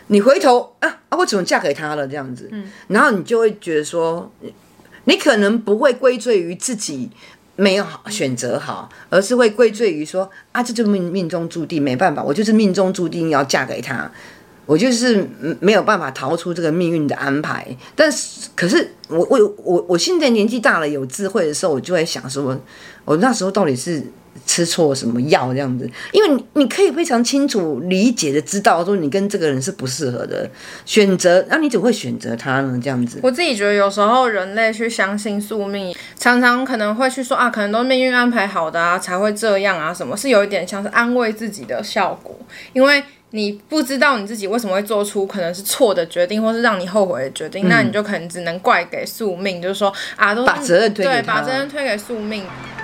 你回头我怎么嫁给他了这样子，然后你就会觉得说，你可能不会归罪于自己没有选择好，而是会归罪于说这就命中注定，没办法，我就是命中注定要嫁给他，我就是没有办法逃出这个命运的安排。但是可是我现在年纪大了有智慧的时候，我就会想说，我那时候到底是吃错什么药这样子？因为你可以非常清楚理解的知道说你跟这个人是不适合的选择，那你怎么会选择他呢？这样子， 我自己觉得有时候人类去相信宿命，常常可能会去说可能都命运安排好的才会这样什么，是有一点像是安慰自己的效果，因为你不知道你自己为什么会做出可能是错的决定，或是让你后悔的决定，那你就可能只能怪给宿命，就是说都是把责任推给他， 对，把责任推给宿命。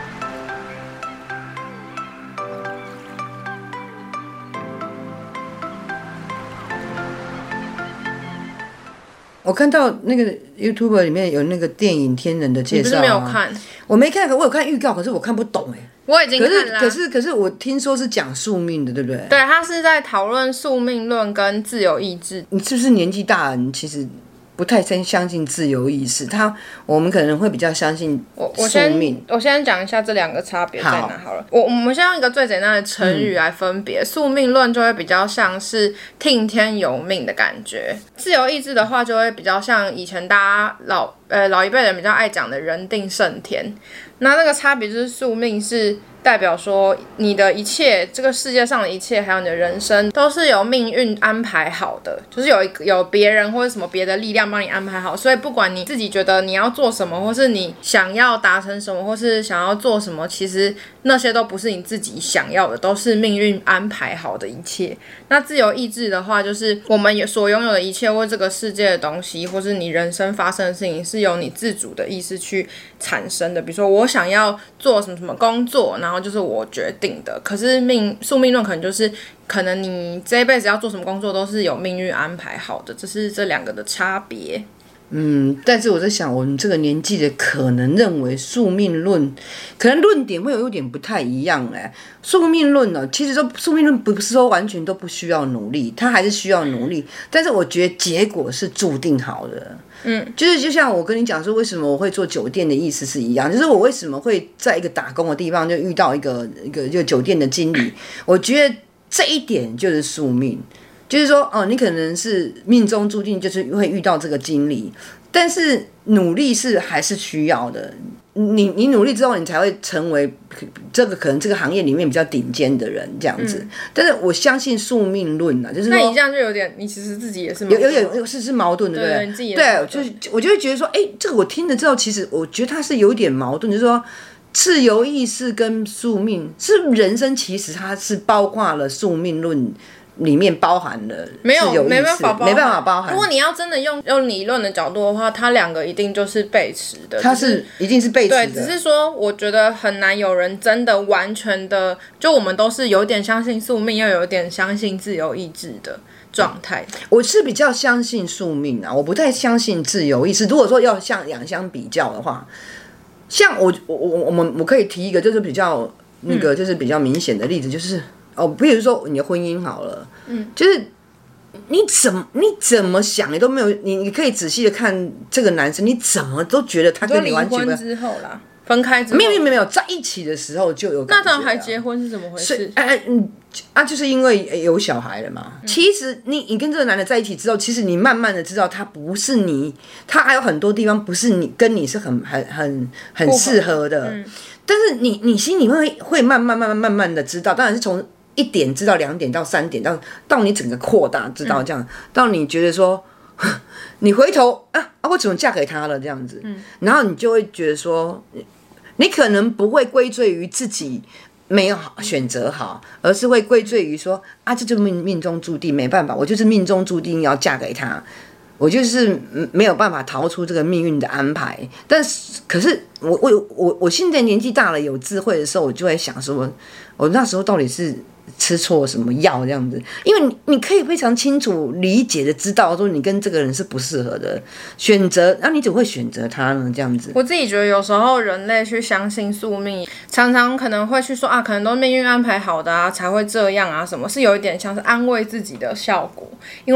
我看到那个 YouTube 里面有那个电影《天人》的介绍， 你不是没有看？ 我没看，我有看预告，可是我看不懂我已经看了。 可是我听说是讲宿命的，对不对？ 对，他是在讨论宿命论跟自由意志。 你是不是年纪大了？你其实不太相信自由意识，我们可能会比较相信宿命。 我先讲一下这两个差别在哪好了。我们先用一个最简单的成语来分别，宿命论就会比较像是听天由命的感觉，自由意志的话就会比较像以前大家老一辈人比较爱讲的人定胜天。那个差别就是宿命是代表说你的一切，这个世界上的一切，还有你的人生，都是由命运安排好的，就是有别人或者什么别的力量帮你安排好，所以不管你自己觉得你要做什么，或是你想要达成什么，或是想要做什么，其实那些都不是你自己想要的，都是命运安排好的一切。那自由意志的话，就是我们所拥有的一切，或这个世界的东西，或是你人生发生的事情，是由你自主的意识去产生的。比如说我想要做什么什么工作，然后就是我决定的。可是宿命论可能就是可能你这一辈子要做什么工作都是有命运安排好的，这是这两个的差别。 但是我在想，我们这个年纪的可能认为宿命论，可能论点会有点不太一样宿命论呢，其实宿命论不是说完全都不需要努力，它还是需要努力，但是我觉得结果是注定好的。就像我跟你讲说，为什么我会做酒店的意思是一样，就是我为什么会在一个打工的地方就遇到一个酒店的经理，我觉得这一点就是宿命。就是说，你可能是命中注定就是会遇到这个经理，但是努力还是需要的。你努力之后，你才会成为可能这个行业里面比较顶尖的人这样子。但是我相信宿命论就是说， 那你这样就有点，你其实自己也是有点是矛盾的，对不对？ 你自己也是对，我就会觉得说，这个我听了之后，其实我觉得它是有点矛盾，就是说。自由意识跟宿命是人生，其实它是包括了宿命论里面包含了自由意识，没办法包含。 如果你要真的用理论的角度的话，它两个一定就是背驰的， 它一定是背驰的。 对，只是说我觉得很难有人真的完全的，就我们都是有点相信宿命，又有点相信自由意志的状态。 我是比较相信宿命我不太相信自由意识。如果说要两相比较的话。像我可以提一个，就是比较就是比较明显的例子，就是比如说你的婚姻好了，就是你怎么想，你都没有，你可以仔细的看这个男生，你怎么都觉得他跟你完全离婚之后啦，分开之后， 没有在一起的时候就有感觉。 那他们还结婚是怎么回事？ 就是因为有小孩了嘛。其实你跟这个男的在一起之后，其实你慢慢的知道他不是你，他还有很多地方不是你跟你是很适合的。但是你心里会慢慢的知道，当然是从1点知道2点到3点，到你整个扩大知道这样，到你觉得说。你回头我怎么嫁给他了这样子，然后你就会觉得说，你可能不会归罪于自己没有选择好，而是会归罪于说这就命中注定，没办法，我就是命中注定要嫁给他，我就是没有办法逃出这个命运的安排。但是可是我现在年纪大了有智慧的时候，我就会想说，我那时候到底是吃错什么药这样子？因为你可以非常清楚理解的知道说你跟这个人是不适合的选择，那你怎么会选择他呢？这样子， 我自己觉得有时候人类去相信宿命，常常可能会去说可能都命运安排好的才会这样什么，是有一点像是安慰自己的效果，因为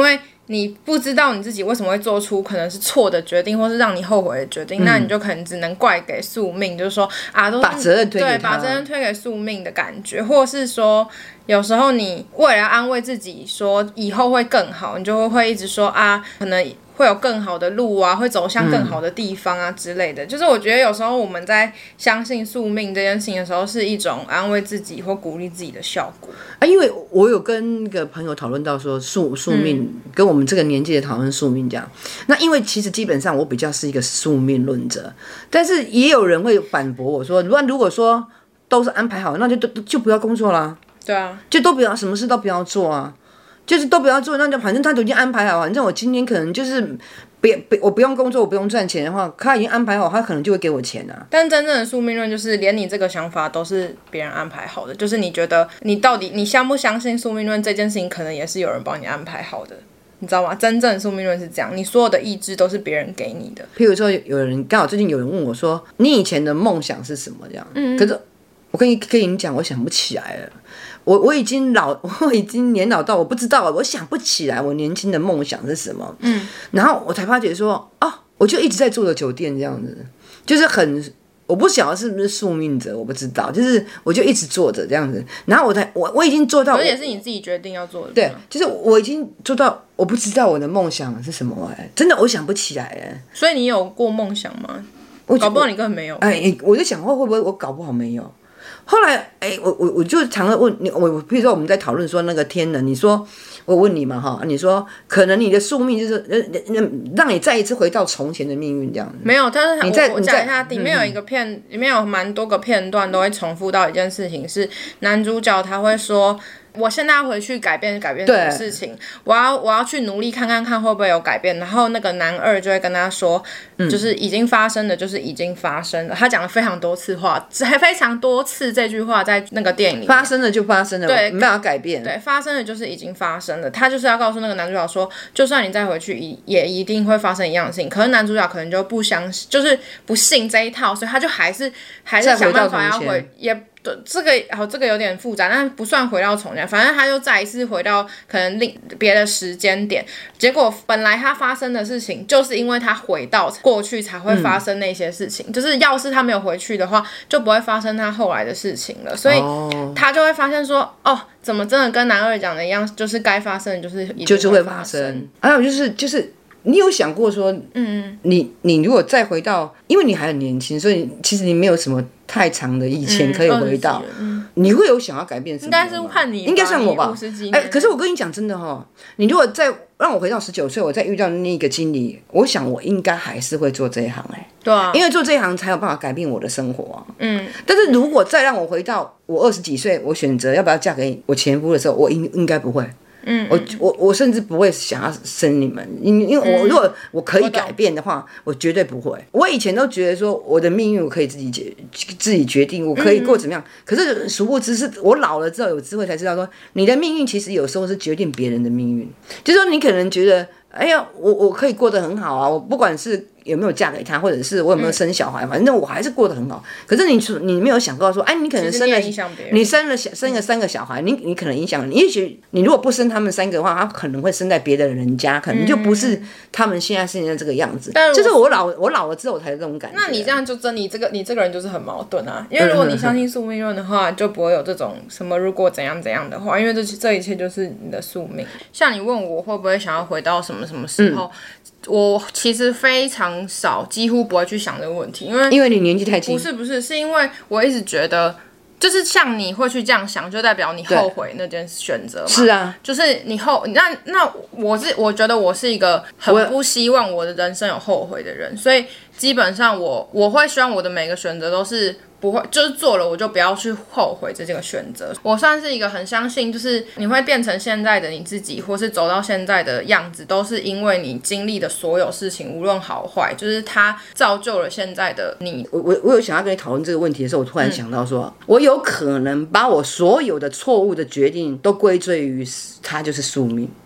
你不知道你自己为什么会做出可能是错的决定，或是让你后悔的决定，那你就可能只能怪给宿命，就是说啊，都是把责任推给他， 对，把责任推给宿命的感觉，或是说有时候你为了安慰自己说以后会更好，你就会一直说啊，可能会有更好的路啊，会走向更好的地方啊之类的。就是我觉得有时候我们在相信宿命这件事情的时候，是一种安慰自己或鼓励自己的效果啊。因为我有跟一个朋友讨论到说宿命，跟我们这个年纪的讨论宿命这样。那因为其实基本上我比较是一个宿命论者，但是也有人会反驳我说，如果说都是安排好，那就不要工作啦。 对啊， 就都不要，什么事都不要做啊。就是都不要做，那就反正他都已经安排好，反正我今天可能就是我不用工作，我不用赚钱的话，他已经安排好，他可能就会给我钱啊。 但真正的宿命论就是连你这个想法都是别人安排好的，就是你觉得你到底你相不相信宿命论这件事情，可能也是有人帮你安排好的，你知道吗？真正的宿命论是这样，你所有的意志都是别人给你的。 譬如说，有人刚好最近有人问我说，你以前的梦想是什么？这样，可是我跟你讲，我想不起来了。我已经年老到我不知道了，我想不起来我年轻的梦想是什么。然后我才发觉说，我就一直在做的酒店这样子，就是我不晓得是不是宿命者，我不知道，就是我就一直做着这样子。然后我已经做到， 而且是你自己决定要做的。 对，就是我已经做到，我不知道我的梦想是什么真的我想不起来所以你有过梦想吗？搞不好你根本没有。 我就想会不会我搞不好没有。后来，我就常常问你，比如说我们在讨论说那个天能，你说我问你嘛哈，你说可能你的宿命就是让你再一次回到从前的命运这样子。 没有，但是我讲一下，里面有一个里面有蛮多个片段都会重复到一件事情，是男主角他会说，我现在要回去改变什么事情，我要去努力看会不会有改变。然后那个男二就会跟他说，就是已经发生的就是已经发生了。他讲了非常多次非常多次这句话在那个电影里面， 发生了就发生了， 对， 没办法改变。 对，发生的就是已经发生了。他就是要告诉那个男主角说，就算你再回去，也一定会发生一样的事情。可是男主角可能就不相信，就是不信这一套，所以他就还是想办法要对，这个有点复杂，但不算回到从前，反正他就再一次回到可能别的时间点。结果本来他发生的事情，就是因为他回到过去才会发生那些事情，就是要是他没有回去的话，就不会发生他后来的事情了。所以他就会发现说，怎么真的跟男二讲的一样，就是该发生的就是会发生。 还有就是你有想过说，你如果再回到，因为你还很年轻，所以其实你没有什么太长的以前可以回到，你会有想要改变什么吗？ 应该是看你， 应该算我吧。 50几年可是我跟你讲真的你如果再让我回到19岁，我再遇到那个经理，我想我应该还是会做这一行对啊， 因为做这一行才有办法改变我的生活但是如果再让我回到我20几岁，我选择要不要嫁给我前夫的时候，我应该不会。我甚至不会想要生你们，因为如果我可以改变的话，我绝对不会。我以前都觉得说我的命运我可以自己决定，我可以过怎么样。可是殊不知是我老了之后有智慧才知道说，你的命运其实有时候是决定别人的命运。就是说你可能觉得，哎呀，我可以过得很好啊，我不管是有没有嫁给他，或者是我有没有生小孩，反正我还是过得很好。可是你没有想到说，你可能生了3个小孩，你可能影响了你。也许你如果不生他们3个的话，他可能会生在别的人家，可能就不是他们现在这个样子。就是我老了之后我才有这种感觉。 那你这样就你这个人就是很矛盾啊。因为如果你相信宿命论的话，就不会有这种什么如果怎样怎样的话，因为这一切就是你的宿命。像你问我会不会想要回到什么时候，我其实非常少，几乎不会去想这个问题，因为你年纪太轻。 不是，是因为我一直觉得，就是像你会去这样想，就代表你后悔那件选择嘛。 是啊， 就是那我觉得我是一个很不希望我的人生有后悔的人，所以基本上我会希望我的每个选择都是不会，就是做了我就不要去后悔这个选择。我算是一个很相信，就是你会变成现在的你自己，或是走到现在的样子，都是因为你经历的所有事情，无论好坏，就是它造就了现在的你。 我有想要跟你讨论这个问题的时候，我突然想到说，我有可能把我所有的错误的决定都归罪于它就是宿命。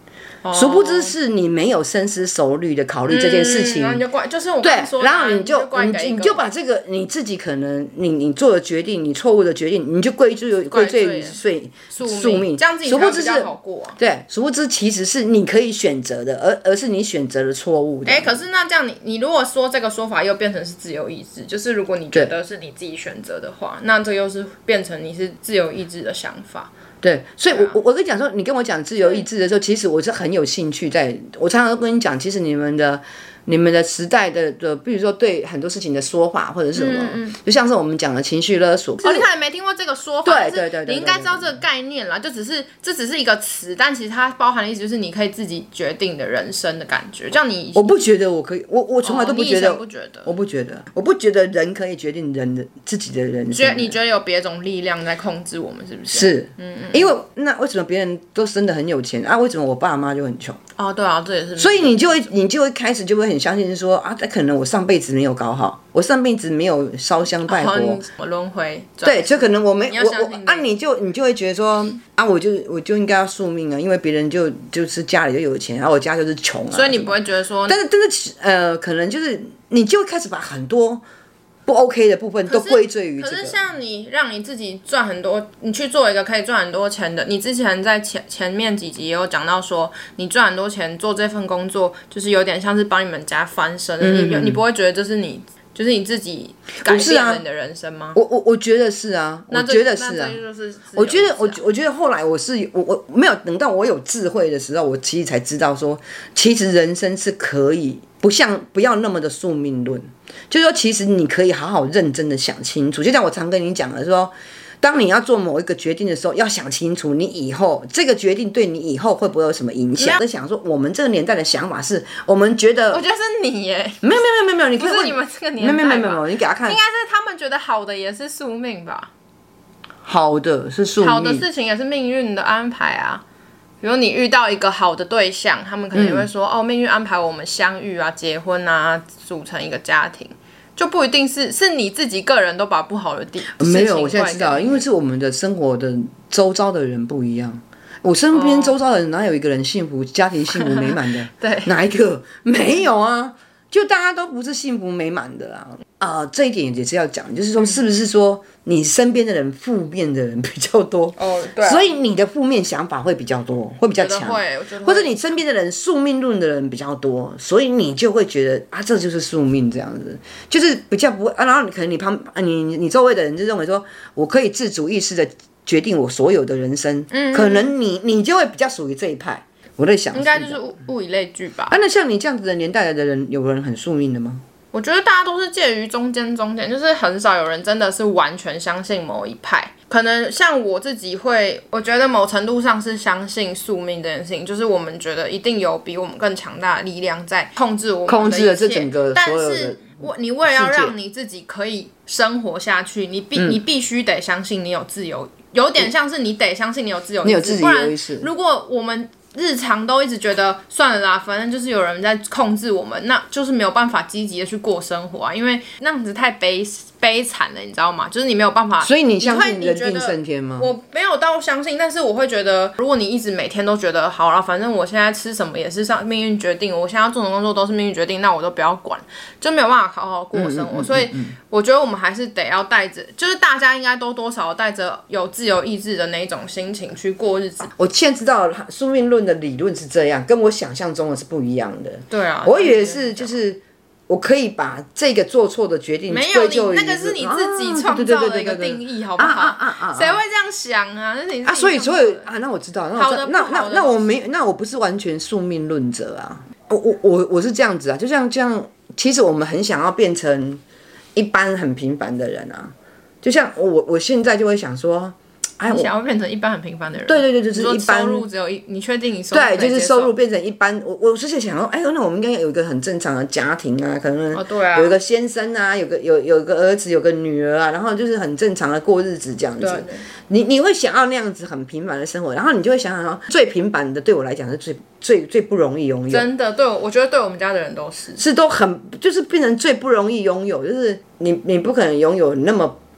殊不知是你没有深思熟虑的考虑这件事情， 然后你就怪，就是我刚刚说的， 然后你就把这个你自己可能你做的决定，你错误的决定，你就归罪于宿命， 这样子你才比较好过啊。 对，殊不知其实是你可以选择的，而是你选择了错误的。 可是那这样你如果说这个说法又变成是自由意志，就是如果你觉得是你自己选择的话，那这又是变成你是自由意志的想法。 对，所以我跟你讲说，你跟我讲自由意志的时候，其实我是很有兴趣我常常跟你讲，其实你们的时代的，比如说对很多事情的说法或者是什么，就像是我们讲的情绪勒索。 你可能没听过这个说法， 对， 你应该知道这个概念啦。这只是一个词，但其实它包含的意思就是你可以自己决定的人生的感觉。这样我不觉得我可以，我从来都不觉得， 我不觉得， 我不觉得人可以决定自己的人生。 你觉得有别种力量在控制我们，是不是？ 是，因为那为什么别人都生得很有钱啊？为什么我爸妈就很穷？ 对啊，这也是。 所以你就会开始很相信说啊，可能我上辈子没有搞好，我上辈子没有烧香拜佛， 我轮回。 对，就可能我没你就会觉得说啊，我就应该要宿命啊，因为别人就是家里就有钱，然后我家就是穷啊， 所以你不会觉得说， 但是可能就是你就会开始把很多不 OK 的部分都归罪于这个。 可是像你让你自己赚很多，你去做一个可以赚很多钱的，你之前在前面几集也有讲到说，你赚很多钱做这份工作，就是有点像是帮你们家翻身。你不会觉得这是你？就是你自己改变了你的人生吗？ 我觉得是啊，我觉得是啊。我觉得后来我没有等到我有智慧的时候，我其实才知道说，其实人生是可以不要那么的宿命论，就是说其实你可以好好认真的想清楚。就像我常跟你讲的说，当你要做某一个决定的时候，要想清楚你以后这个决定对你以后会不会有什么影响。在想说我们这个年代的想法是，我们觉得， 我觉得是你耶， 没有，你可以不是你们这个年代， 没有，你给他看， 应该是他们觉得好的也是宿命吧？ 好的是宿命， 好的事情也是命运的安排啊。比如你遇到一个好的对象，他们可能也会说，命运安排我们相遇啊、结婚啊、组成一个家庭。就不一定是你自己个人都把不好的没有，我现在知道，因为是我们的生活的周遭的人不一样。我身边周遭的人哪有一个人幸福、家庭幸福美满的？ 对， 哪一个没有啊？就大家都不是幸福美满的啊。这一点也是要讲，就是说是不是说你身边的人负面的人比较多？ 对， 所以你的负面想法会比较多，会比较强，或者你身边的人宿命论的人比较多，所以你就会觉得啊，这就是宿命这样子，就是比较不会然后可能你周围的人就认为说，我可以自主意识的决定我所有的人生，可能你就会比较属于这一派。我在想， 应该就是物以类聚吧。 那像你这样子的年代的人，有人很宿命的吗？ 我觉得大家都是介于中间，就是很少有人真的是完全相信某一派。可能像我自己我觉得某程度上是相信宿命这件事情，就是我们觉得一定有比我们更强大的力量在控制我们的一切， 控制了这整个所有的世界。 但是你为了要让你自己可以生活下去，你必须得相信你有自由，有点像是你得相信你有自由意志， 你有自己的意识。 不然如果我们日常都一直觉得算了啦，反正就是有人在控制我们，那就是没有办法积极的去过生活啊，因为那样子太悲惨了，你知道吗？就是你没有办法。 所以你相信人定胜天吗？ 我没有到相信，但是我会觉得，如果你一直每天都觉得好了，反正我现在吃什么也是命运决定，我现在要做什么工作都是命运决定，那我都不要管，就没有办法好好过生活。所以我觉得我们还是得要带着，就是大家应该都多少带着有自由意志的那种心情去过日子。 我现在知道宿命论的理论是这样，跟我想象中的是不一样的。 对啊， 我以为是就是我可以把这个做错的决定归咎于那个是你自己创造的一个定义，好不好？谁会这样想啊？那是所以那我知道，那我不是完全宿命论者啊。我是这样子啊，就像这样，其实我们很想要变成一般很平凡的人啊。就像我现在就会想说。 你想要变成一般很平凡的人？ 对，就是一般收入只有你确定你收入对，就是收入变成一般。我是想说，那我们应该有一个很正常的家庭啊，可能有一个先生啊，有一个儿子，有个女儿啊，然后就是很正常的过日子这样子。 对， 你会想要那样子很平凡的生活，然后你就会想想说，最平凡的对我来讲是最不容易拥有。 真的，我觉得对我们家的人都是都很就是变成最不容易拥有，就是你不可能拥有那么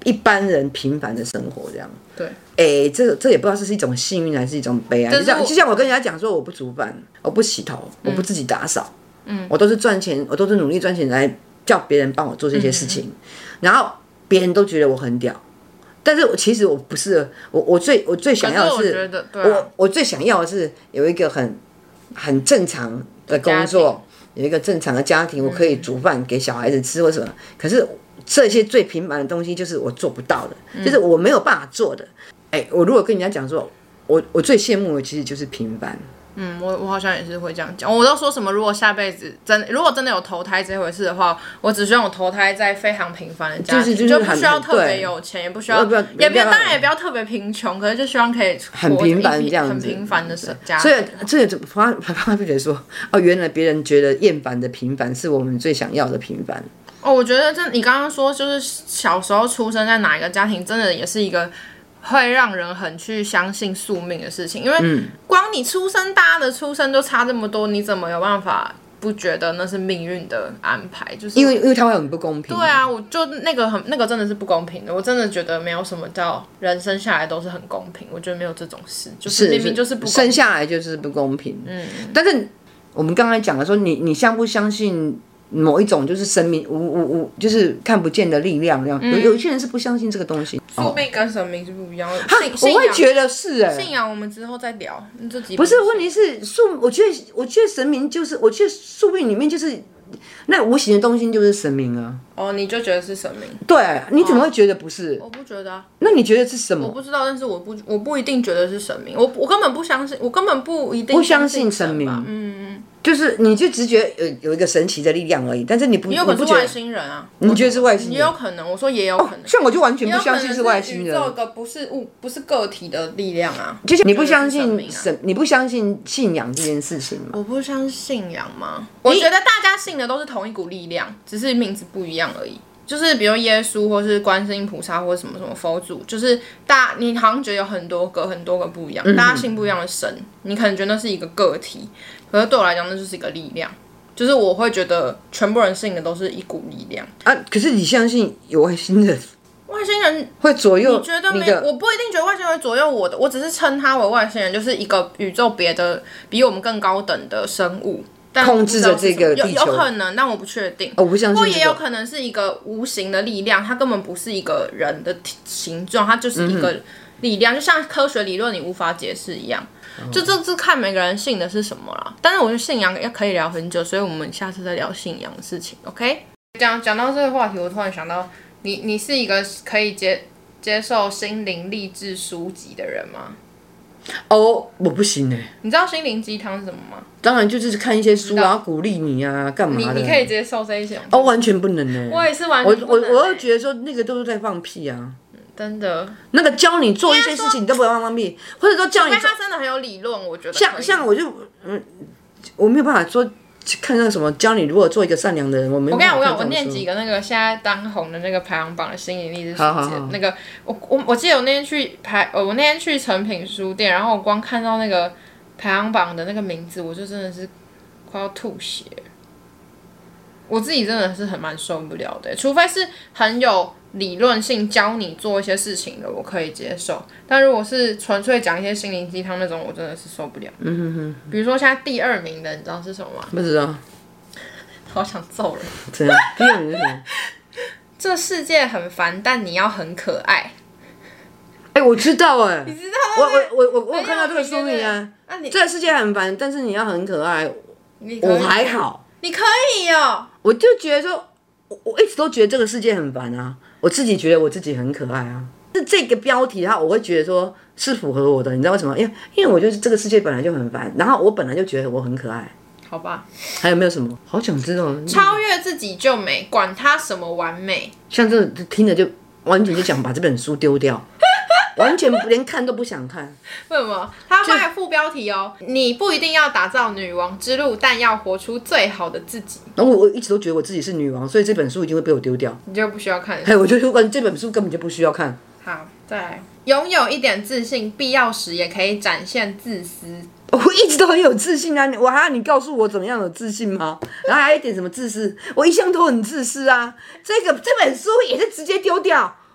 一般人平凡的生活这样。 对， 这也不知道是一种幸运还是一种悲哀。就像我跟人家讲说，我不煮饭，我不洗头，我不自己打扫，我都是赚钱，我都是努力赚钱来叫别人帮我做这些事情，然后别人都觉得我很屌。但是其实我不是，我最想要的是，我最想要的是有一个很正常的工作，有一个正常的家庭，我可以煮饭给小孩子吃或什么。可是这些最平凡的东西，就是我做不到的，就是我没有办法做的。我如果跟人家讲说，我最羡慕的其实就是平凡。 我好像也是会这样讲。我都说什么，如果下辈子如果真的有投胎这回事的话，我只希望我投胎在非常平凡的家庭，就不需要特别有钱，也不需要，当然也不要特别贫穷，可是就希望可以很平凡这样子， 很平凡的家庭。 所以这个他就觉得说，原来别人觉得厌烦的平凡是我们最想要的平凡。 我觉得你刚刚说就是小时候出生在哪一个家庭，真的也是一个会让人很去相信宿命的事情，因为光你出生，大家的出生就差这么多，你怎么有办法不觉得那是命运的安排？就是因为它会很不公平。 对啊，我就那个真的是不公平的，我真的觉得没有什么叫人生下来都是很公平，我觉得没有这种事，就是明明就是不公平， 生下来就是不公平。但是我们刚才讲的说，你相不相信某一种就是神明就是看不见的力量这样，有些人是不相信这个东西。 宿命跟神明是不一样的。 我会觉得是信仰我们之后再聊。 不是，问题是我觉得神明就是，我觉得宿命里面就是那无形的东西就是神明啊。 你就觉得是神明？ 对，你怎么会觉得不是？ 我不觉得啊。 那你觉得是什么？ 我不知道，但是我不一定觉得是神明，我根本不相信，我根本不一定相信神明。就是你就只觉得有一个神奇的力量而已，但是你不觉得外星人啊？ 你觉得是外星人？ 也有可能，我说也有可能。 像我就完全不相信是外星人。 宇宙个不是个体的力量啊。 就是你不相信你不相信信仰这件事情吗？ 我不相信信仰吗？我觉得大家信的都是同一股力量，只是名字不一样而已。就是比如耶稣，或是观世音菩萨，或者什么什么佛祖，就是你好像觉得有很多个不一样，大家信不一样的神，你可能觉得那是一个个体，可是对我来讲，那就是一个力量。就是我会觉得全部人信的都是一股力量啊。可是你相信有外星人？ 外星人会左右？ 你觉得没？我不一定觉得外星人会左右我的，我只是称他为外星人，就是一个宇宙别的比我们更高等的生物。 控制着这个地球， 有可能，但我不确定。 我不相信。 或也有可能是一个无形的力量，它根本不是一个人的形状，它就是一个力量，就像科学理论你无法解释一样。就这看每个人信的是什么啦。但是我觉得信仰也可以聊很久，所以我们下次再聊信仰的事情。OK？ 讲到这个话题，我突然想到，你是一个可以接受心灵励志书籍的人吗？ 我不行你知道心灵鸡汤是什么吗？ 当然就是看一些书啊，鼓励你啊，干嘛的？ 你可以接受这一些？ 完全不能我也是完全不能。 我会觉得说那个都是在放屁啊！ 真的， 那个教你做一些事情，你都不要放屁，或者说教你。 因为他真的很有理论，我觉得。 像我就我没有办法说。看那个什么教你如何做一个善良的人，我跟你讲， 我念几个那个现在当红的那个排行榜的心理励志书籍。那个我记得我那天去诚品书店，然后我光看到那个排行榜的那个名字，我就真的是快要吐血。我自己真的是蛮受不了的，除非是很有理论性教你做一些事情的，我可以接受。但如果是纯粹讲一些心灵鸡汤那种，我真的是受不了。比如说现在第2名的，你知道是什么吗？ 不知道。 好想揍人。 真的，第2名是什么？ 这世界很烦，但你要很可爱。 我知道你知道？ 我有看到这个书名啊。这个世界很烦，但是你要很可爱。我还好。 你可以哦。 我就觉得说，我一直都觉得这个世界很烦啊。我自己觉得我自己很可爱啊。是这个标题我会觉得说是符合我的，你知道为什么？因为我觉得这个世界本来就很烦，然后我本来就觉得我很可爱。 好吧。 还有没有什么？好想知道。 超越自己就美，管他什么完美。 像这听着就完全就想把这本书丢掉。完全连看都不想看。 为什么？他放个副标题哦，你不一定要打造女王之路，但要活出最好的自己。 然后我一直都觉得我自己是女王，所以这本书一定会被我丢掉。 你就不需要看。 我就说这本书根本就不需要看。 好，再来。拥有一点自信，必要时也可以展现自私。 我一直都很有自信啊，我还要你告诉我怎么样有自信吗？然后还有一点什么自私，我一向都很自私啊。这本书也是直接丢掉。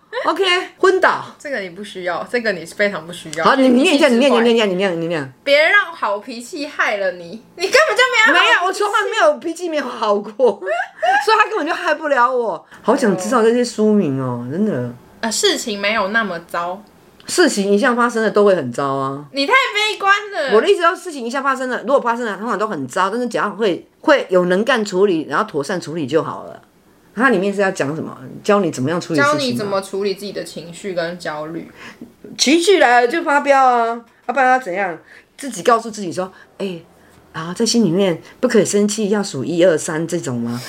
OK， 昏倒。 这个你不需要，这个你非常不需要。 好，你念一下，你念。 别让好脾气害了你，你根本就没有，我从来没有脾气没有好过，所以他根本就害不了我。好想知道这些书名哦，真的。 事情没有那么糟。 事情一向发生的都会很糟啊！ 你太悲观了。 我的意思说，事情一向发生的，如果发生的通常都很糟，但是只要会有能干处理，然后妥善处理就好了。它里面是要讲什么？教你怎么样处理事情， 教你怎么处理自己的情绪跟焦虑。 情绪来了就发飙啊，要不然要怎样？自己告诉自己说，啊，在心里面不可以生气，要数1、2、3这种吗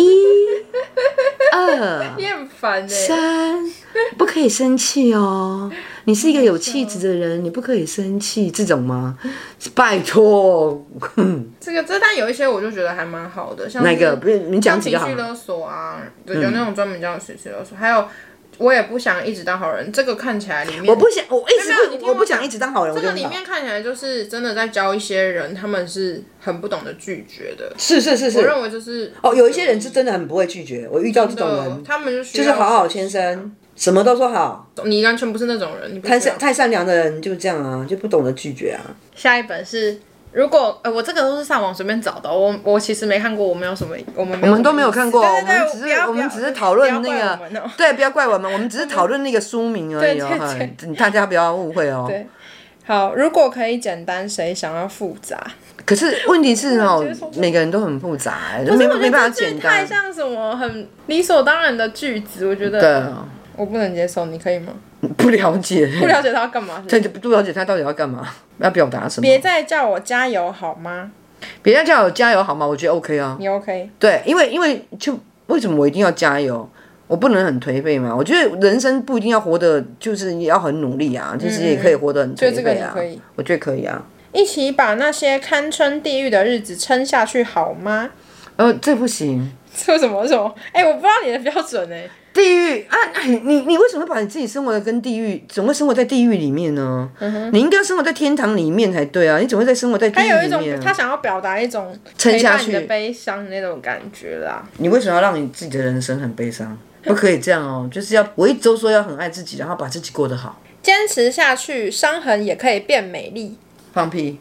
？1、2， 你很烦 3，不可以生气哦。你是一个有气质的人，你不可以生气，这种吗？拜托。 但有一些我就觉得还蛮好的，像哪个？不是你讲几个好？ 情绪勒索啊，有那种专门叫情绪勒索，还有。我也不想一直当好人，这个看起来里面我不想一直当好人。 这个里面看起来就是真的在教一些人，他们是很不懂得拒绝的。 是。 我认为就是有一些人是真的很不会拒绝，我遇到这种人， 他们就是好好先生，什么都说好。 你完全不是那种人， 太善良的人就这样啊，就不懂得拒绝啊。 下一本是。如果我这个都是上网随便找的，我其实没看过，我们都没有看过， 对我们只是讨论那个，对，不要怪我们，我们只是讨论那个书名而已哦，大家不要误会哦。 对，好，如果可以简单，谁想要复杂？ 可是问题是每个人都很复杂，没办法简单。 太像什么很理所当然的句子，我觉得对， 我不能接受，你可以吗？ 不了解他要干嘛？ 对，不了解他到底要干嘛，要表达什么？ 别再叫我加油好吗？ 别再叫我加油好吗？我觉得 OK 啊。 你 OK？ 对，因为就为什么我一定要加油？我不能很颓废嘛？我觉得人生不一定要活得就是要很努力啊，其实也可以活得很颓废啊。我觉得可以啊。 一起把那些堪称地狱的日子撑下去好吗？ 这不行。 为什么？我不知道你的标准地狱啊！你为什么把你自己生活的跟地狱，总会生活在地狱里面呢？你应该生活在天堂里面才对啊！你怎么会在生活在地狱里面？ 他有一种，他想要表达一种撑下去的悲伤的那种感觉啦。 你为什么要让你自己的人生很悲伤？不可以这样哦！就是我一直都说要很爱自己，然后把自己过得好。 坚持下去，伤痕也可以变美丽。 放屁！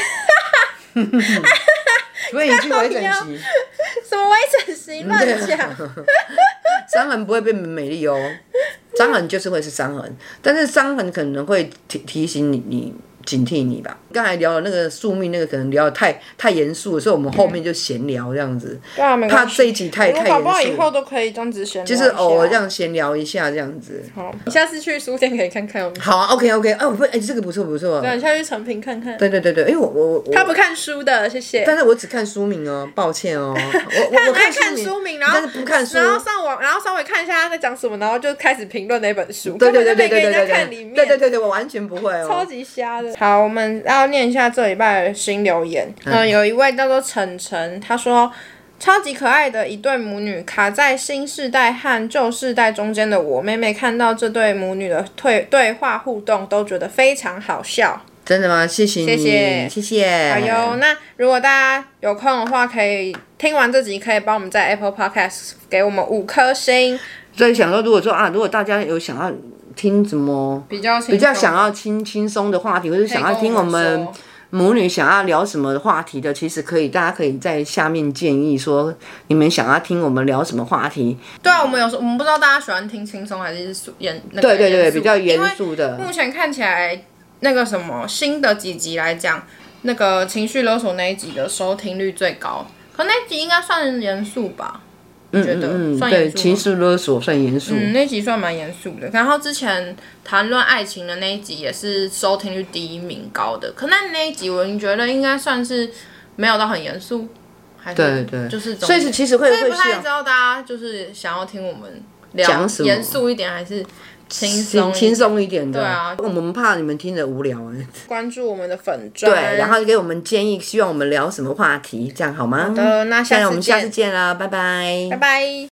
所以你去微整形？ 什么微整形？乱讲！ 伤痕不会变美丽哦，伤痕就是会是伤痕，但是伤痕可能会提醒你警惕你吧。刚才聊的那个宿命，那个可能聊得太严肃了，所以我们后面就闲聊这样子。 对啊，没关系。 怕这一集太严肃。 搞不好以后都可以这样子闲聊。 就是偶尔这样闲聊一下这样子。 好，你下次去书店可以看看。 好啊 ，OK， 这个不错。 对，你下次去诚品看看。 对，因为我他不看书的，谢谢。 但是我只看书名哦，抱歉哦。我看书名，然后但是不看书， 然后上网，然后稍微看一下他在讲什么，然后就开始评论那本书。 对， 看里面。 对，我完全不会哦。 超级瞎的。好，我们要念一下这礼拜的新留言。有一位叫做晨晨，他说超级可爱的一对母女，卡在新世代和旧世代中间的我，每每看到这对母女的对话互动，都觉得非常好笑。 真的吗？谢谢你，谢谢。 好哟，那如果大家有空的话，可以听完这集，可以帮我们在 Apple Podcast 给我们5颗星。 所以想说，如果大家有想要听什么比较想要轻松的话题，或者想要听我们母女想要聊什么话题的，其实大家可以在下面建议说你们想要听我们聊什么话题。 对啊，我们不知道大家喜欢听轻松还是对，比较严肃的。 目前看起来那个什么新的几集来讲，那个情绪勒索那一集的收听率最高，可那集应该算严肃吧。觉得算严肃， 对，情绪勒索算严肃。 那集算蛮严肃的。然后之前谈论爱情的那一集也是收听率第1名高的，可那一集我觉得应该算是没有到很严肃，还是对， 就是所以其实会不太知道大家就是想要听我们聊严肃一点还是轻松一点的。对啊， 我们怕你们听着无聊啊。 关注我们的粉专， 对，然后给我们建议，希望我们聊什么话题，这样好吗？ 好的，那我们下次见啦，拜拜， 拜拜。